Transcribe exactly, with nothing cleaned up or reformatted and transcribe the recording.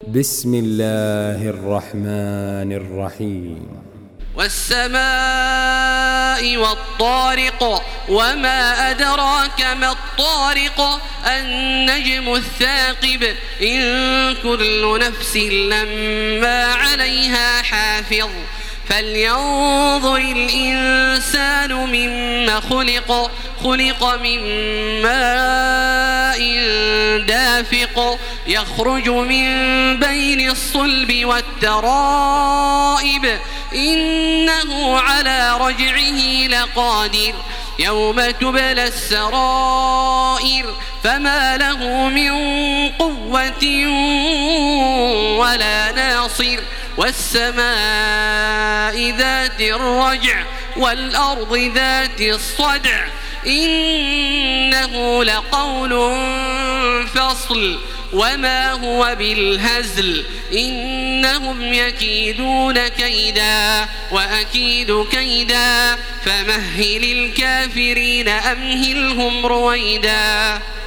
بسم الله الرحمن الرحيم. والسماء والطارق وما أدراك ما الطارق النجم الثاقب إن كل نفس لما عليها حافظ فلينظر الإنسان مما خلق خلق من ماء دافق يخرج من بين الصلب والترائب إنه على رجعه لقادر يوم تبلى السرائر فما له من قوة ولا ناصر والسماء ذات الرجع والأرض ذات الصدع إنه لقول فصل وما هو بالهزل إنهم يكيدون كيدا وأكيد كيدا فمهل الكافرين أمهلهم رويدا.